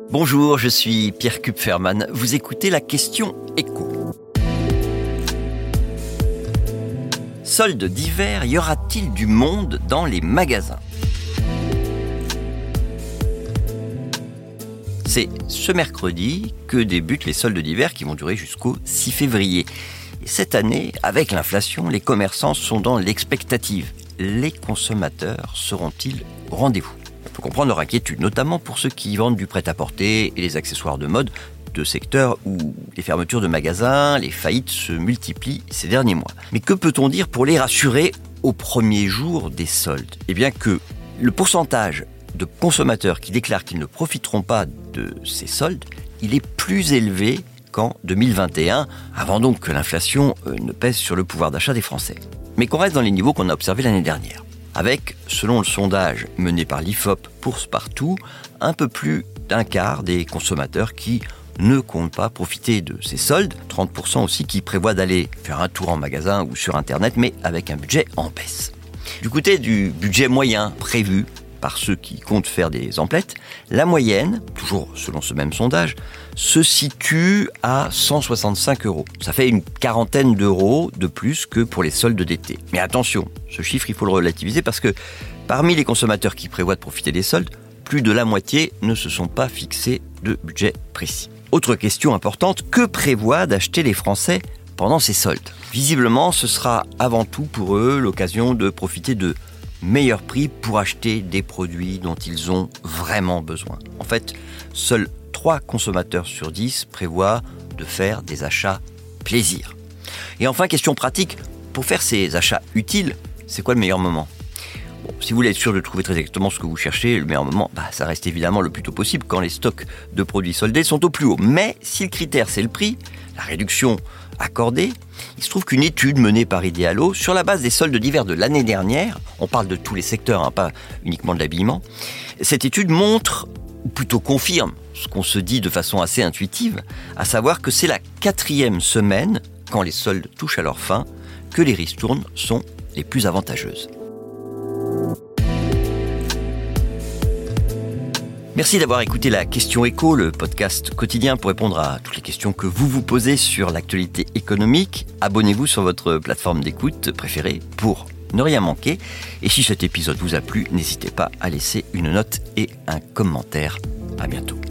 Bonjour, je suis Pierre Kupferman. Vous écoutez la question écho. Solde d'hiver, y aura-t-il du monde dans les magasins ? C'est ce mercredi que débutent les soldes d'hiver qui vont durer jusqu'au 6 février. Et cette année, avec l'inflation, les commerçants sont dans l'expectative. Les consommateurs seront-ils au rendez-vous ? On peut comprendre leur inquiétude, notamment pour ceux qui vendent du prêt-à-porter et les accessoires de mode, deux secteurs où les fermetures de magasins, les faillites se multiplient ces derniers mois. Mais que peut-on dire pour les rassurer au premier jour des soldes ? Eh bien que le pourcentage de consommateurs qui déclarent qu'ils ne profiteront pas de ces soldes, il est plus élevé qu'en 2021, avant donc que l'inflation ne pèse sur le pouvoir d'achat des Français. Mais qu'on reste dans les niveaux qu'on a observés l'année dernière. Avec, selon le sondage mené par l'IFOP Bourse-Partout, un peu plus d'un quart des consommateurs qui ne comptent pas profiter de ces soldes, 30% aussi qui prévoient d'aller faire un tour en magasin ou sur Internet, mais avec un budget en baisse. Du côté du budget moyen prévu par ceux qui comptent faire des emplettes, la moyenne, toujours selon ce même sondage, se situe à 165 €. Ça fait une quarantaine d'euros de plus que pour les soldes d'été. Mais attention, ce chiffre, il faut le relativiser parce que parmi les consommateurs qui prévoient de profiter des soldes, plus de la moitié ne se sont pas fixés de budget précis. Autre question importante, que prévoient d'acheter les Français pendant ces soldes ? Visiblement, ce sera avant tout pour eux l'occasion de profiter de meilleur prix pour acheter des produits dont ils ont vraiment besoin. En fait, seuls 3 consommateurs sur 10 prévoient de faire des achats plaisir. Et enfin, question pratique, pour faire ces achats utiles, c'est quoi le meilleur moment ? Bon, si vous voulez être sûr de trouver très exactement ce que vous cherchez, le meilleur moment, ça reste évidemment le plus tôt possible quand les stocks de produits soldés sont au plus haut. Mais si le critère c'est le prix, la réduction accordée, il se trouve qu'une étude menée par Idealo, sur la base des soldes d'hiver de l'année dernière, on parle de tous les secteurs, pas uniquement de l'habillement, cette étude montre, ou plutôt confirme, ce qu'on se dit de façon assez intuitive, à savoir que c'est la 4e semaine, quand les soldes touchent à leur fin, que les ristournes sont les plus avantageuses. Merci d'avoir écouté la Question Écho, le podcast quotidien pour répondre à toutes les questions que vous vous posez sur l'actualité économique. Abonnez-vous sur votre plateforme d'écoute préférée pour ne rien manquer. Et si cet épisode vous a plu, n'hésitez pas à laisser une note et un commentaire. À bientôt.